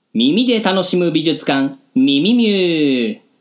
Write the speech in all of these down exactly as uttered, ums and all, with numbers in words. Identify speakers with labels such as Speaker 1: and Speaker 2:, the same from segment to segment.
Speaker 1: 耳で楽しむ美術館ミミミュー。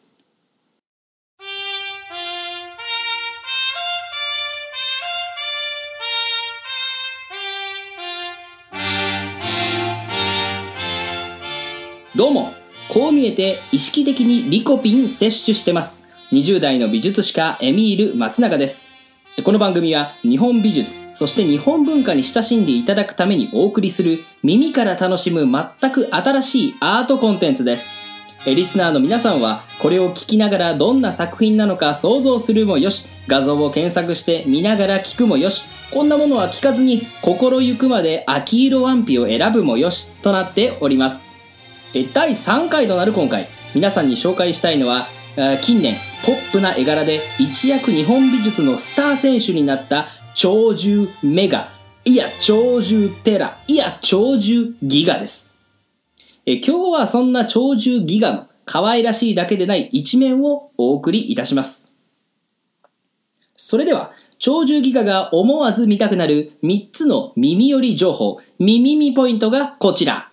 Speaker 1: どうも、こう見えて意識的にリコピン摂取してます。にじゅう代の美術史家エミール松永です。この番組は日本美術、そして日本文化に親しんでいただくためにお送りする耳から楽しむ全く新しいアートコンテンツです。リスナーの皆さんはこれを聞きながらどんな作品なのか想像するもよし、画像を検索して見ながら聞くもよし、こんなものは聞かずに心ゆくまで秋色ワンピを選ぶもよしとなっております。だいさんかいとなる今回、皆さんに紹介したいのは近年ポップな絵柄で一躍日本美術のスター選手になった鳥獣メガ、いや鳥獣テラ、いや鳥獣ギガです。え今日はそんな鳥獣ギガの可愛らしいだけでない一面をお送りいたします。それでは鳥獣ギガが思わず見たくなるみっつの耳寄り情報、耳見ポイントがこちら。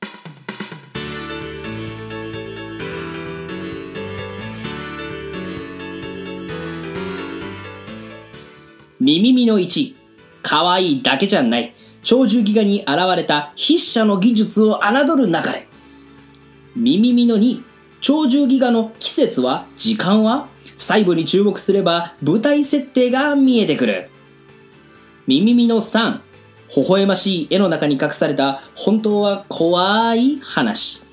Speaker 1: 耳見のいち、可愛いだけじゃない。鳥獣ギガに現れた筆者の技術を侮るなかれ。耳見のに、鳥獣ギガの季節は、時間は、細部に注目すれば舞台設定が見えてくる。耳見のさん、微笑ましい絵の中に隠された本当は怖い話。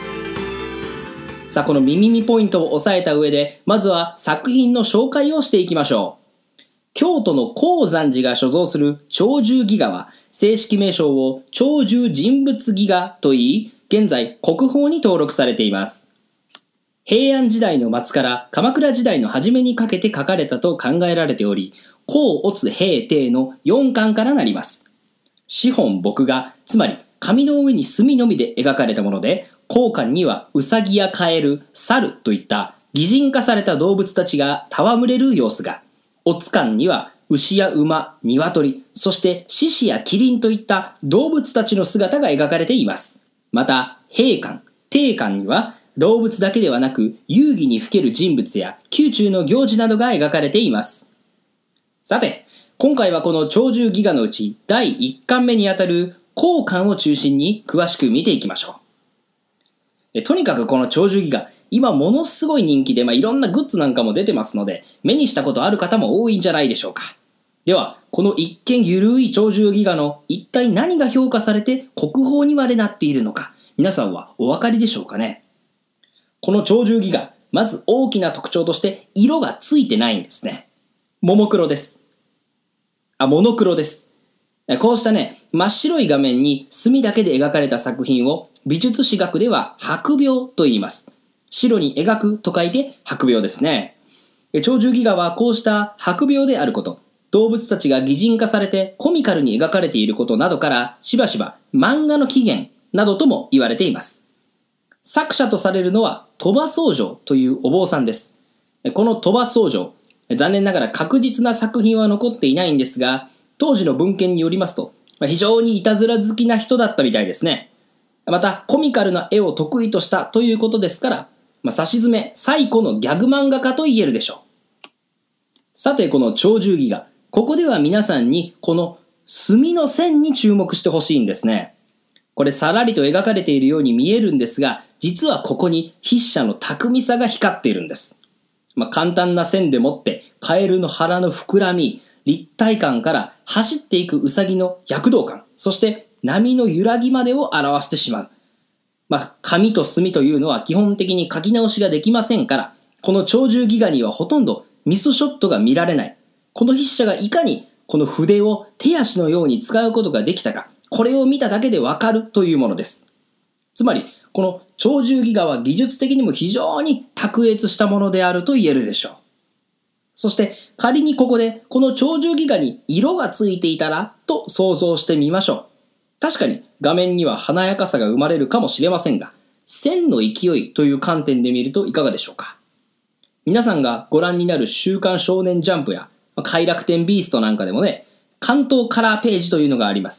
Speaker 1: さあ、この耳見ポイントを押さえた上で、まずは作品の紹介をしていきましょう。京都の高山寺が所蔵する鳥獣ギガは正式名称を鳥獣人物ギガといい、現在国宝に登録されています。平安時代の末から鎌倉時代の初めにかけて描かれたと考えられており、甲乙平定のよんかんからなります。紙本墨画、つまり紙の上に墨のみで描かれたもので、甲巻にはウサギやカエル、猿といった擬人化された動物たちが戯れる様子が、乙巻には牛や馬、鶏、そして獅子やキリンといった動物たちの姿が描かれています。また、平巻、定巻には動物だけではなく遊戯にふける人物や宮中の行事などが描かれています。さて、今回はこの鳥獣ギガのうちだいいっかんめにあたる甲巻を中心に詳しく見ていきましょう。えとにかくこの鳥獣ギガ、今ものすごい人気で、まあ、いろんなグッズなんかも出てますので、目にしたことある方も多いんじゃないでしょうか。では、この一見ゆるい鳥獣ギガの一体何が評価されて国宝にまでなっているのか、皆さんはお分かりでしょうかね。この鳥獣ギガ、まず大きな特徴として色がついてないんですね。モモクロです。あ、モノクロです。こうしたね、真っ白い画面に墨だけで描かれた作品を美術史学では白描と言います。白に描くと書いて白描ですね。鳥獣ギガはこうした白描であること、動物たちが擬人化されてコミカルに描かれていることなどからしばしば漫画の起源などとも言われています。作者とされるのは鳥羽僧正というお坊さんです。この鳥羽僧正、残念ながら確実な作品は残っていないんですが、当時の文献によりますと非常にいたずら好きな人だったみたいですね。またコミカルな絵を得意としたということですから、まあ、差し詰め最古のギャグ漫画家と言えるでしょう。さて、この鳥獣ギガ、ここでは皆さんにこの墨の線に注目してほしいんですね。これさらりと描かれているように見えるんですが、実はここに筆者の巧みさが光っているんです。まあ、簡単な線でもってカエルの腹の膨らみ、立体感から走っていくウサギの躍動感、そして波の揺らぎまでを表してしまう。まあ、紙と墨というのは基本的に書き直しができませんから、この鳥獣ギガにはほとんどミスショットが見られない。この筆者がいかにこの筆を手足のように使うことができたか、これを見ただけでわかるというものです。つまり、この鳥獣ギガは技術的にも非常に卓越したものであると言えるでしょう。そして仮にここでこの鳥獣ギガに色がついていたらと想像してみましょう。確かに画面には華やかさが生まれるかもしれませんが、線の勢いという観点で見るといかがでしょうか。皆さんがご覧になる週刊少年ジャンプや快楽天ビーストなんかでもね、関東カラーページというのがあります。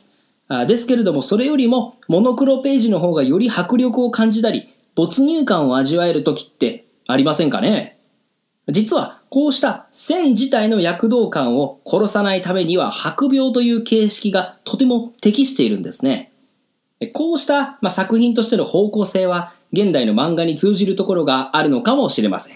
Speaker 1: あですけれども、それよりもモノクロページの方がより迫力を感じたり、没入感を味わえる時ってありませんかね。実はこうした線自体の躍動感を殺さないためには白描という形式がとても適しているんですね。こうした、まあ、作品としての方向性は現代の漫画に通じるところがあるのかもしれません。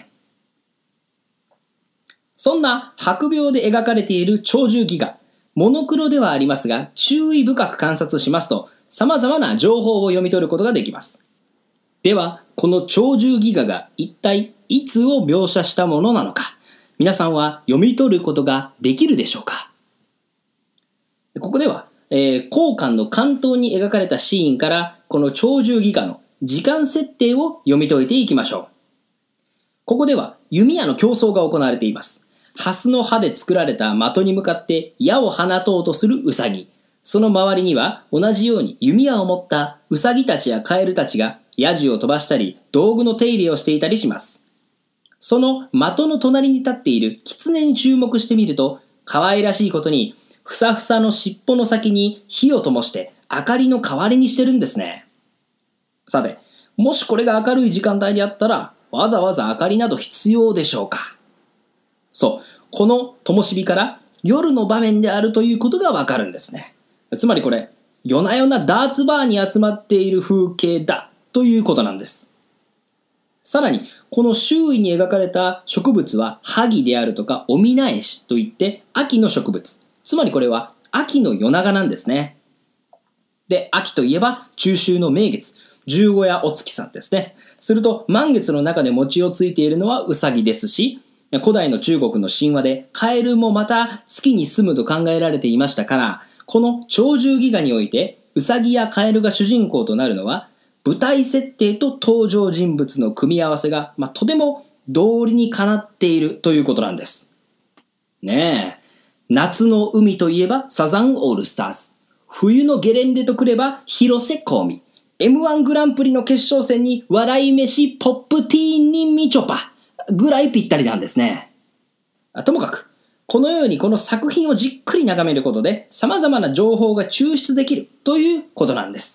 Speaker 1: そんな白描で描かれている鳥獣戯画、モノクロではありますが注意深く観察しますと様々な情報を読み取ることができます。ではこの鳥獣戯画が一体いつを描写したものなのか、皆さんは読み取ることができるでしょうか。ここでは、えー、後漢の関東に描かれたシーンからこの鳥獣戯画の時間設定を読み解いていきましょう。ここでは弓矢の競争が行われています。ハスの葉で作られた的に向かって矢を放とうとするウサギ。その周りには同じように弓矢を持ったウサギたちやカエルたちが矢銃を飛ばしたり道具の手入れをしていたりします。その的の隣に立っている狐に注目してみると、可愛らしいことにふさふさの尻尾の先に火を灯して明かりの代わりにしてるんですね。さて、もしこれが明るい時間帯であったらわざわざ明かりなど必要でしょうか。そう、この灯火から夜の場面であるということがわかるんですね。つまりこれ、夜な夜なダーツバーに集まっている風景だということなんです。さらに、この周囲に描かれた植物は萩であるとかオミナエシといって秋の植物。つまりこれは秋の夜長なんですね。で、秋といえば中秋の名月、十五夜お月さんですね。すると満月の中で餅をついているのはウサギですし、古代の中国の神話でカエルもまた月に住むと考えられていましたから、この鳥獣戯画においてウサギやカエルが主人公となるのは舞台設定と登場人物の組み合わせが、まあ、とても道理にかなっているということなんです。ねえ、夏の海といえばサザンオールスターズ、冬のゲレンデとくれば広瀬香美、エムワン グランプリの決勝戦に笑い飯ポップティーンにみちょぱぐらいぴったりなんですね。ともかく、このようにこの作品をじっくり眺めることで様々な情報が抽出できるということなんです。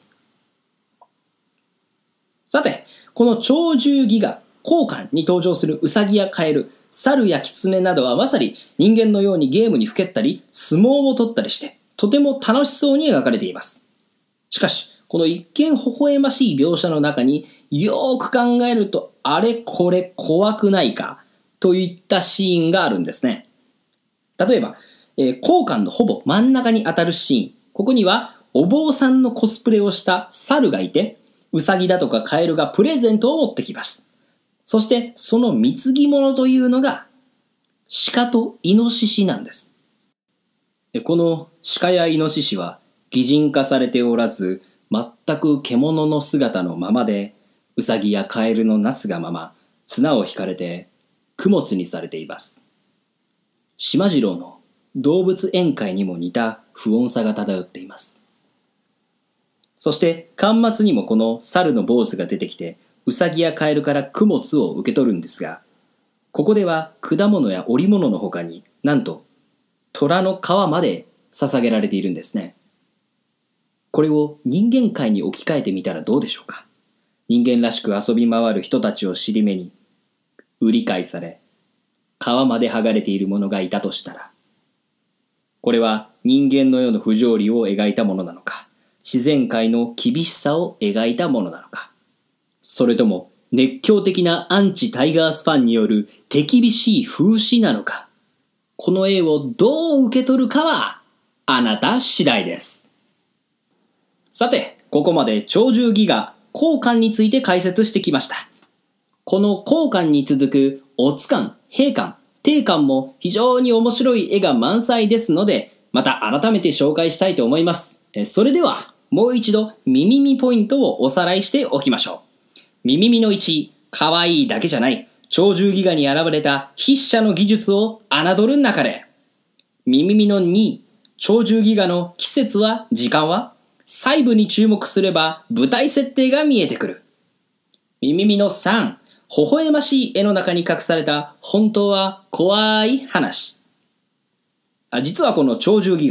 Speaker 1: さて、この鳥獣戯画、後漢に登場するウサギやカエル、猿や狐などはまさに人間のようにゲームにふけったり、相撲を取ったりして、とても楽しそうに描かれています。しかし、この一見微笑ましい描写の中によーく考えると、あれこれ怖くないかといったシーンがあるんですね。例えば、えー、後漢のほぼ真ん中に当たるシーン、ここにはお坊さんのコスプレをした猿がいて、ウサギだとかカエルがプレゼントを持ってきます。そしてその貢ぎ物というのが鹿とイノシシなんです。この鹿やイノシシは擬人化されておらず、全く獣の姿のままで、ウサギやカエルのなすがまま綱を引かれて供物にされています。島次郎の動物宴会にも似た不穏さが漂っています。そして巻末にもこの猿の坊主が出てきてウサギやカエルから供物を受け取るんですが、ここでは果物や織物の他になんと虎の皮まで捧げられているんですね。これを人間界に置き換えてみたらどうでしょうか。人間らしく遊び回る人たちを尻目に売り買いされ皮まで剥がれている者がいたとしたら、これは人間の世の不条理を描いたものなのか、自然界の厳しさを描いたものなのか、それとも熱狂的なアンチタイガースファンによる手厳しい風刺なのか、この絵をどう受け取るかはあなた次第です。さて、ここまで鳥獣戯画後漢について解説してきました。この後漢に続く乙漢、平漢、定漢も非常に面白い絵が満載ですので、また改めて紹介したいと思います。それではもう一度ミミミポイントをおさらいしておきましょう。ミミミのいち、可愛いだけじゃない、鳥獣戯画に現れた筆者の技術を侮るなかれ。ミミミのに、鳥獣戯画の季節は時間は、細部に注目すれば舞台設定が見えてくる。ミミミのさん、微笑ましい絵の中に隠された本当は怖い話。あ実はこの鳥獣戯画、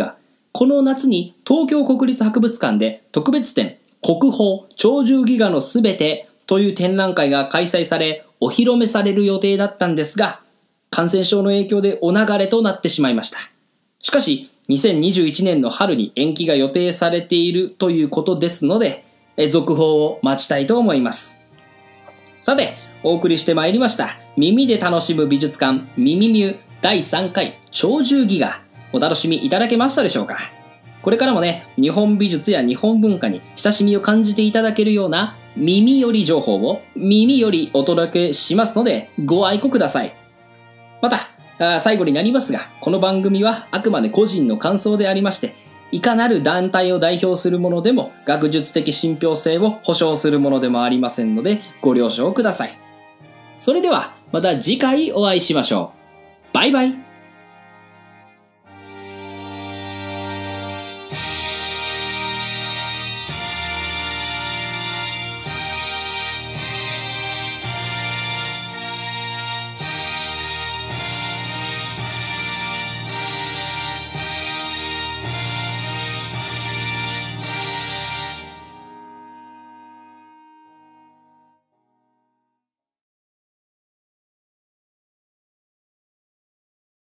Speaker 1: この夏に東京国立博物館で特別展国宝鳥獣戯画のすべてという展覧会が開催されお披露目される予定だったんですが、感染症の影響でお流れとなってしまいました。しかしにせんにじゅういちねんの春に延期が予定されているということですので、続報を待ちたいと思います。さて、お送りしてまいりました耳で楽しむ美術館ミミミュだいさんかい鳥獣戯画、お楽しみいただけましたでしょうか。これからもね、日本美術や日本文化に親しみを感じていただけるような耳より情報を耳よりお届けしますのでご愛顧ください。また最後になりますが、この番組はあくまで個人の感想でありまして、いかなる団体を代表するものでも学術的信憑性を保証するものでもありませんのでご了承ください。それではまた次回お会いしましょう。バイバイ。